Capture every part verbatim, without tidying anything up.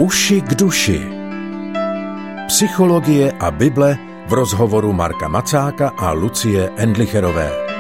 Uši k duši. Psychologie a Bible v rozhovoru Marka Macáka a Lucie Endlicherové.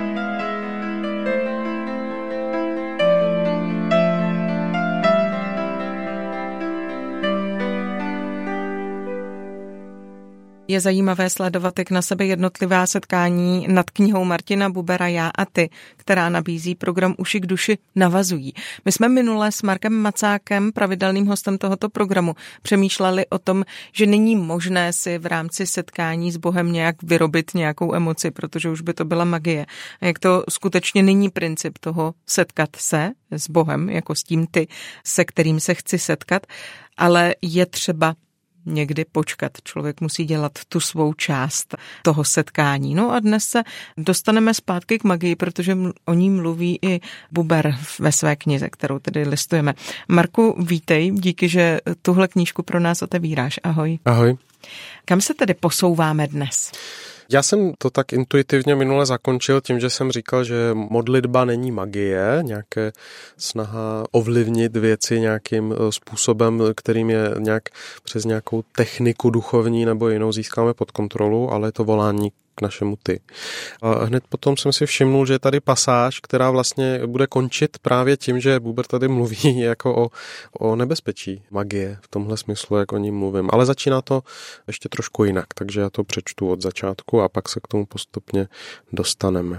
Je zajímavé sledovat, jak na sebe jednotlivá setkání nad knihou Martina Bubera Já a ty, která nabízí program Uši k duši, navazují. My jsme minule s Markem Macákem, pravidelným hostem tohoto programu, přemýšleli o tom, že není možné si v rámci setkání s Bohem nějak vyrobit nějakou emoci, protože už by to byla magie. A jak to skutečně není princip toho setkat se s Bohem, jako s tím ty, se kterým se chci setkat, ale je třeba někdy počkat. Člověk musí dělat tu svou část toho setkání. No a dnes se dostaneme zpátky k magii, protože o ní mluví i Buber ve své knize, kterou tedy listujeme. Marku, vítej, díky, že tuhle knížku pro nás otevíráš. Ahoj. Ahoj. Kam se tedy posouváme dnes? Já jsem to tak intuitivně minule zakončil tím, že jsem říkal, že modlitba není magie, nějaké snaha ovlivnit věci nějakým způsobem, kterým je nějak přes nějakou techniku duchovní nebo jinou získáme pod kontrolu, ale je to volání k našemu ty. A hned potom jsem si všimnul, že je tady pasáž, která vlastně bude končit právě tím, že Buber tady mluví jako o, o nebezpečí magie, v tomhle smyslu, jak o ní mluvím. Ale začíná to ještě trošku jinak, takže já to přečtu od začátku a pak se k tomu postupně dostaneme.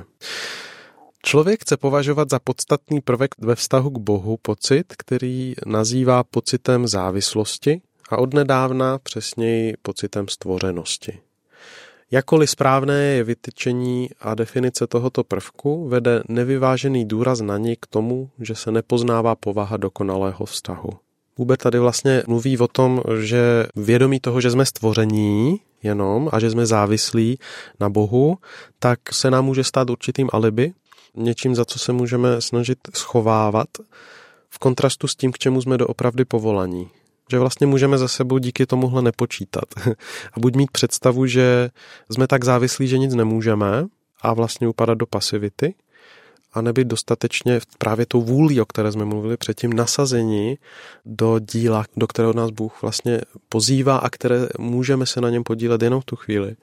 Člověk chce považovat za podstatný prvek ve vztahu k Bohu pocit, který nazývá pocitem závislosti a odnedávna přesněji pocitem stvořenosti. Jakkoliv správné je vytyčení a definice tohoto prvku, vede nevyvážený důraz na ní k tomu, že se nepoznává povaha dokonalého vztahu. Buber tady vlastně mluví o tom, že vědomí toho, že jsme stvoření jenom a že jsme závislí na Bohu, tak se nám může stát určitým alibi, něčím, za co se můžeme snažit schovávat, v kontrastu s tím, k čemu jsme doopravdy povolaní. Že vlastně můžeme za sebou díky tomuhle nepočítat. A buď mít představu, že jsme tak závislí, že nic nemůžeme a vlastně upadat do pasivity, a nebyt dostatečně právě tou vůlí, o které jsme mluvili předtím, nasazení do díla, do kterého nás Bůh vlastně pozývá a které můžeme se na něm podílet jenom v tu chvíli,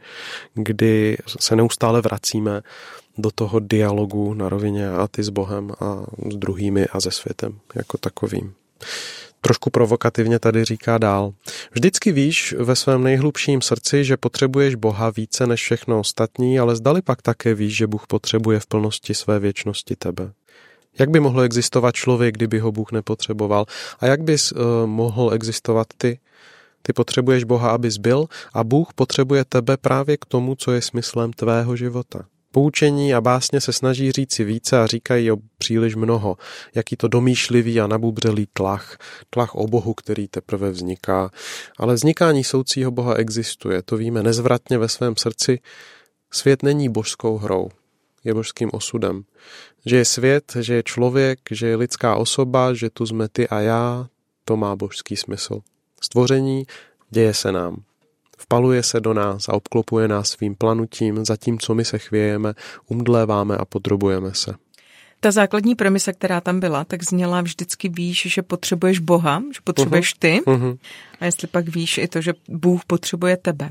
kdy se neustále vracíme do toho dialogu na rovině a ty s Bohem a s druhými a se světem jako takovým. Trošku provokativně tady říká dál. Vždycky víš ve svém nejhlubším srdci, že potřebuješ Boha více než všechno ostatní, ale zdali pak také víš, že Bůh potřebuje v plnosti své věčnosti tebe. Jak by mohl existovat člověk, kdyby ho Bůh nepotřeboval? A jak bys uh, mohl existovat ty? Ty potřebuješ Boha, abys byl, a Bůh potřebuje tebe právě k tomu, co je smyslem tvého života. Poučení a básně se snaží říci více a říkají o příliš mnoho. Jaký to domýšlivý a nabubřelý tlach. Tlach o Bohu, který teprve vzniká. Ale vznikání soucího Boha existuje. To víme nezvratně ve svém srdci. Svět není božskou hrou. Je božským osudem. Že je svět, že je člověk, že je lidská osoba, že tu jsme ty a já, to má božský smysl. Stvoření děje se nám. Vpaluje se do nás a obklopuje nás svým planutím, zatímco my se chvějeme, umdléváme a podrobujeme se. Ta základní premisa, která tam byla, tak zněla vždycky víš, že potřebuješ Boha, že potřebuješ ty, uh-huh. a jestli pak víš i to, že Bůh potřebuje tebe.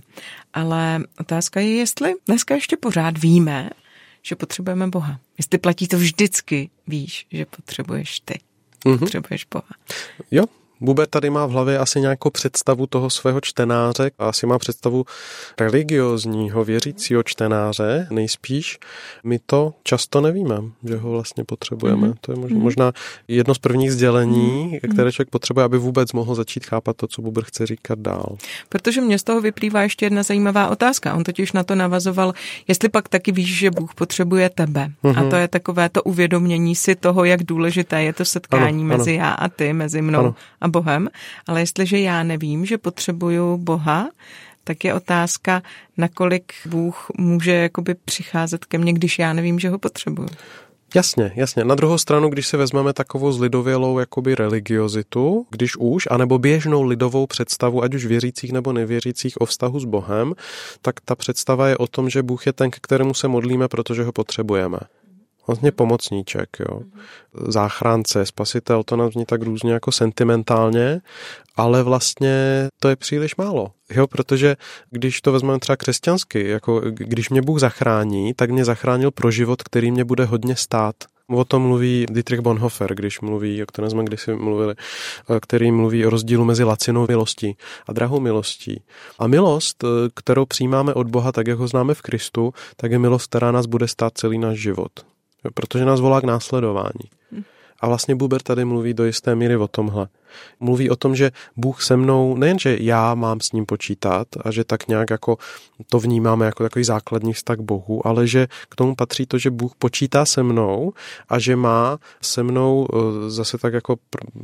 Ale otázka je, jestli dneska ještě pořád víme, že potřebujeme Boha. Jestli platí to vždycky, víš, že potřebuješ ty. Uh-huh. Potřebuješ Boha. Jo. Buber tady má v hlavě asi nějakou představu toho svého čtenáře, asi má představu religiózního, věřícího čtenáře, nejspíš. My to často nevíme, že ho vlastně potřebujeme. Mm-hmm. To je možná, možná jedno z prvních sdělení, mm-hmm. které člověk potřebuje, aby vůbec mohl začít chápat to, co Buber chce říkat dál. Protože mně z toho vyplývá ještě jedna zajímavá otázka. On totiž na to navazoval, jestli pak taky víš, že Bůh potřebuje tebe. Mm-hmm. A to je takové to uvědomění si toho, jak důležité je to setkání ano, mezi ano. já a ty, mezi mnou ano. a Bohem, ale jestliže já nevím, že potřebuju Boha, tak je otázka, nakolik Bůh může jakoby přicházet ke mně, když já nevím, že ho potřebuju. Jasně, jasně. Na druhou stranu, když si vezmeme takovou zlidovělou jakoby religiozitu, když už, anebo běžnou lidovou představu, ať už věřících nebo nevěřících o vztahu s Bohem, tak ta představa je o tom, že Bůh je ten, k kterému se modlíme, protože ho potřebujeme. Vlastně pomocníček, jo. Záchránce, spasitel, to nám zní tak různě jako sentimentálně, ale vlastně to je příliš málo. Jo, protože když to vezmeme třeba křesťansky, jako když mě Bůh zachrání, tak mě zachránil pro život, který mě bude hodně stát. O tom mluví Dietrich Bonhoeffer, když mluví, o kterém jsme kdysi mluvili, který mluví o rozdílu mezi lacinou milostí a drahou milostí. A milost, kterou přijímáme od Boha, tak jak ho známe v Kristu, tak je milost, která nás bude stát celý náš život. Protože nás volá k následování. A vlastně Buber tady mluví do jisté míry o tomhle. Mluví o tom, že Bůh se mnou, nejenže já mám s ním počítat a že tak nějak jako to vnímáme jako takový základní vztah k Bohu, ale že k tomu patří to, že Bůh počítá se mnou a že má se mnou zase tak jako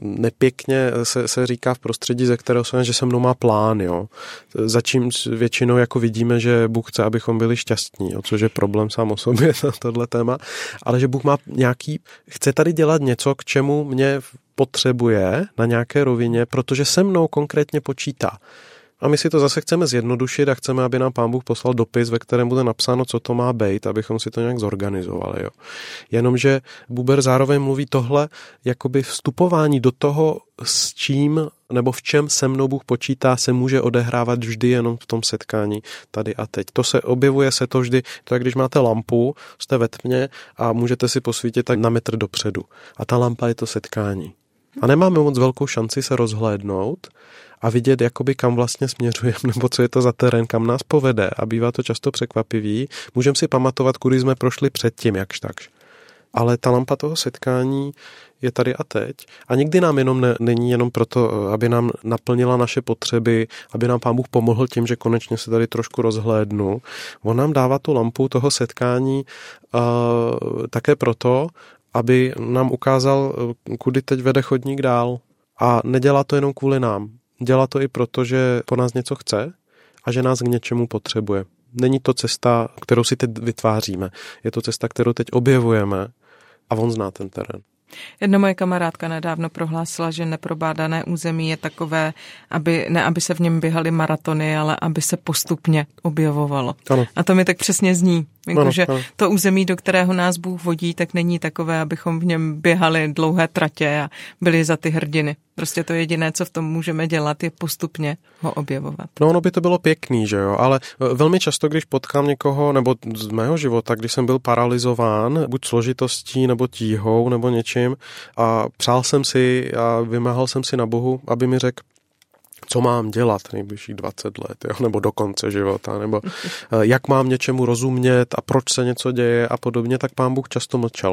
nepěkně se, se říká v prostředí, ze kterého se, že se mnou má plán, jo. Začím většinou jako vidíme, že Bůh chce, abychom byli šťastní, jo, což je problém sám o sobě, tohle téma, ale že Bůh má nějaký, chce tady dělat něco, k čemu mě potřebuje na nějaké rovině, protože se mnou konkrétně počítá. A my si to zase chceme zjednodušit a chceme, aby nám Pán Bůh poslal dopis, ve kterém bude napsáno, co to má být, abychom si to nějak zorganizovali. Jo. Jenomže Buber zároveň mluví tohle, jakoby vstupování do toho, s čím nebo v čem se mnou Bůh počítá, se může odehrávat vždy jenom v tom setkání tady a teď. To se objevuje se to vždy, to je, když máte lampu, jste ve tmě a můžete si posvítit tak na metr dopředu. A ta lampa je to setkání. A nemáme moc velkou šanci se rozhlédnout a vidět, jakoby kam vlastně směřujeme, nebo co je to za terén, kam nás povede. A bývá to často překvapivý. Můžeme si pamatovat, kudy jsme prošli předtím, jakž takž. Ale ta lampa toho setkání je tady a teď. A nikdy nám jenom ne, není jenom proto, aby nám naplnila naše potřeby, aby nám Pán Bůh pomohl tím, že konečně se tady trošku rozhlédnu. On nám dává tu lampu toho setkání uh, také proto, aby nám ukázal, kudy teď vede chodník dál. A nedělá to jenom kvůli nám. Dělá to i proto, že po nás něco chce a že nás k něčemu potřebuje. Není to cesta, kterou si teď vytváříme. Je to cesta, kterou teď objevujeme a on zná ten terén. Jedna moje kamarádka nedávno prohlásila, že neprobádané území je takové, aby, ne aby se v něm běhaly maratony, ale aby se postupně objevovalo. Ano. A to mi tak přesně zní. Jako, ano, že ano. To území, do kterého nás Bůh vodí, tak není takové, abychom v něm běhali dlouhé tratě a byli za ty hrdiny. Prostě to jediné, co v tom můžeme dělat, je postupně ho objevovat. No ono by to bylo pěkný, že jo, ale velmi často, když potkám někoho, nebo z mého života, když jsem byl paralyzován, buď složitostí, nebo tíhou, nebo něčím, a přál jsem si a vymáhal jsem si na Bohu, aby mi řekl, co mám dělat nejbližších dvacet let, jo? Nebo do konce života, nebo jak mám něčemu rozumět a proč se něco děje a podobně, tak Pán Bůh často mlčel.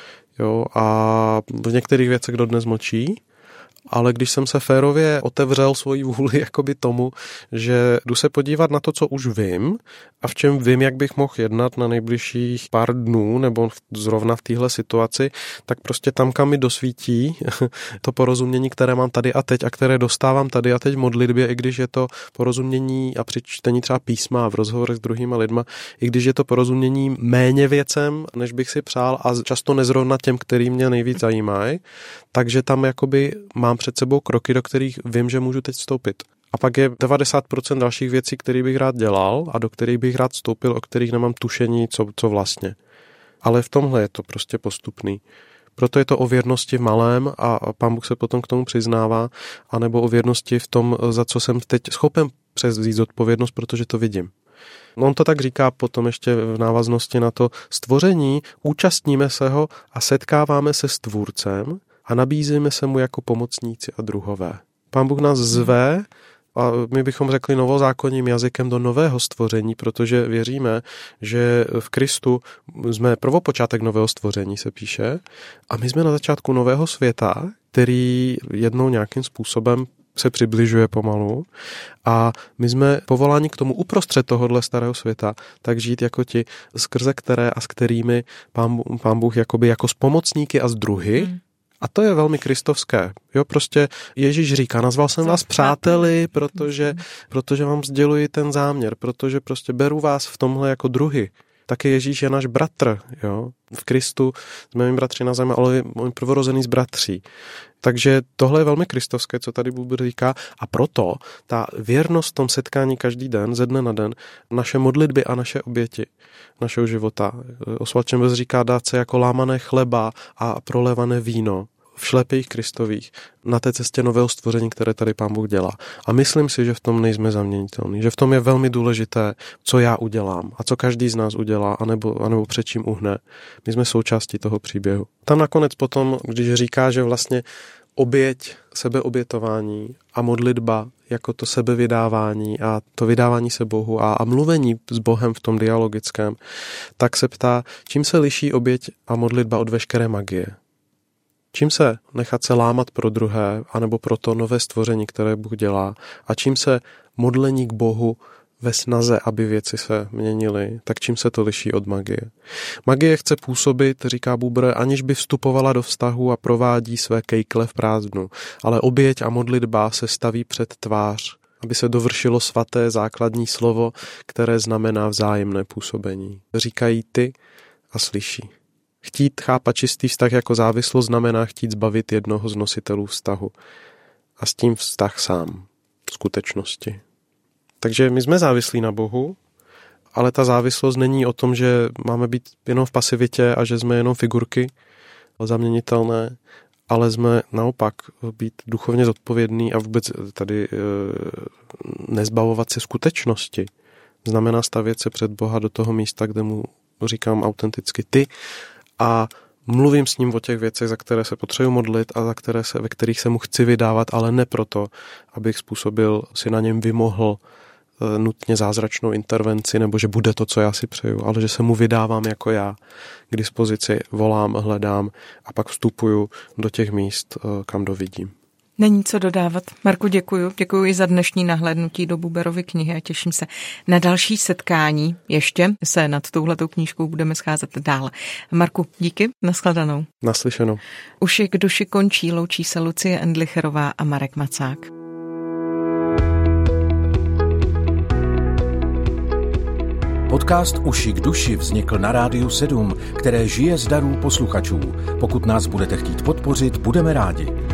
Jo? A v některých věcech dodnes mlčí, ale když jsem se férově otevřel svoji vůli jakoby tomu, že jdu se podívat na to, co už vím a v čem vím, jak bych mohl jednat na nejbližších pár dnů nebo zrovna v téhle situaci, tak prostě tam, kam mi dosvítí to porozumění, které mám tady a teď a které dostávám tady a teď v modlitbě, i když je to porozumění a při čtení třeba písma v rozhovorech s druhýma lidma, i když je to porozumění méně věcem, než bych si přál a často nezrovna těm, který mě nejvíc zajímají, takže tam jakoby mám před sebou kroky, do kterých vím, že můžu teď vstoupit. A pak je devadesát procent dalších věcí, které bych rád dělal a do kterých bych rád vstoupil, o kterých nemám tušení, co, co vlastně. Ale v tomhle je to prostě postupný. Proto je to o věrnosti v malém a Pán Bůh se potom k tomu přiznává, anebo o věrnosti v tom, za co jsem teď schopen převzít zodpovědnost, protože to vidím. No on to tak říká potom ještě v návaznosti na to stvoření, účastníme se ho a setkáváme se s tvůrcem a nabízíme se mu jako pomocníci a druhové. Pán Bůh nás zve a my bychom řekli novozákonním jazykem do nového stvoření, protože věříme, že v Kristu jsme prvopočátek nového stvoření, se píše, a my jsme na začátku nového světa, který jednou nějakým způsobem se přibližuje pomalu a my jsme povoláni k tomu uprostřed tohohle starého světa, tak žít jako ti, skrze které a s kterými Pán, Pán Bůh jakoby jako s pomocníky a s druhy. Hmm. A to je velmi kristovské. Jo, prostě Ježíš říká, nazval jsem vás přáteli, protože, protože vám sděluji ten záměr, protože prostě beru vás v tomhle jako druhy. taky Ježíš je náš bratr. Jo? V Kristu jsme mým bratři na zemi, ale on prvorozený z bratří. Takže tohle je velmi kristovské, co tady Bůh říká, a proto ta věrnost v tom setkání každý den, ze dne na den, naše modlitby a naše oběti našeho života. Oswald Chambers říká dát se jako lámané chleba a prolévané víno v šlepejích Kristových na té cestě nového stvoření, které tady Pán Bůh dělá. A myslím si, že v tom nejsme zaměnitelní, že v tom je velmi důležité, co já udělám a co každý z nás udělá, anebo, anebo před čím uhne. My jsme součástí toho příběhu. Tam nakonec potom, když říká, že vlastně oběť, sebeobětování a modlitba jako to sebevydávání a to vydávání se Bohu a, a mluvení s Bohem v tom dialogickém, tak se ptá, čím se liší oběť a modlitba od veškeré magie. Čím se nechat se lámat pro druhé, anebo pro to nové stvoření, které Bůh dělá, a čím se modlení k Bohu ve snaze, aby věci se měnily, tak čím se to liší od magie. Magie chce působit, říká Buber, aniž by vstupovala do vztahu a provádí své kejkle v prázdnu, ale oběť a modlitba se staví před tvář, aby se dovršilo svaté základní slovo, které znamená vzájemné působení. Říkají ty a slyší. Chtít chápat čistý vztah jako závislost znamená chtít zbavit jednoho z nositelů vztahu. A s tím vztah sám, v skutečnosti. Takže my jsme závislí na Bohu, ale ta závislost není o tom, že máme být jenom v pasivitě a že jsme jenom figurky zaměnitelné, ale jsme naopak být duchovně zodpovědný a vůbec tady e, nezbavovat se skutečnosti. Znamená stavět se před Boha do toho místa, kde mu říkám autenticky ty a mluvím s ním o těch věcech, za které se potřebuji modlit a za které se, ve kterých se mu chci vydávat, ale ne proto, abych způsobil, si na něm vymohl e, nutně zázračnou intervenci, nebo že bude to, co já si přeju, ale že se mu vydávám jako já k dispozici, volám, hledám a pak vstupuju do těch míst, e, kam dovidím. Není co dodávat. Marku, děkuju. Děkuju i za dnešní nahlédnutí do Buberovy knihy a těším se na další setkání. Ještě se nad touhletou knížkou budeme scházet dál. Marku, díky, nashledanou. Naslyšenou. Uši k duši končí, loučí se Lucie Endlicherová a Marek Macák. Podcast Uši k duši vznikl na Rádiu sedm, které žije z darů posluchačů. Pokud nás budete chtít podpořit, budeme rádi.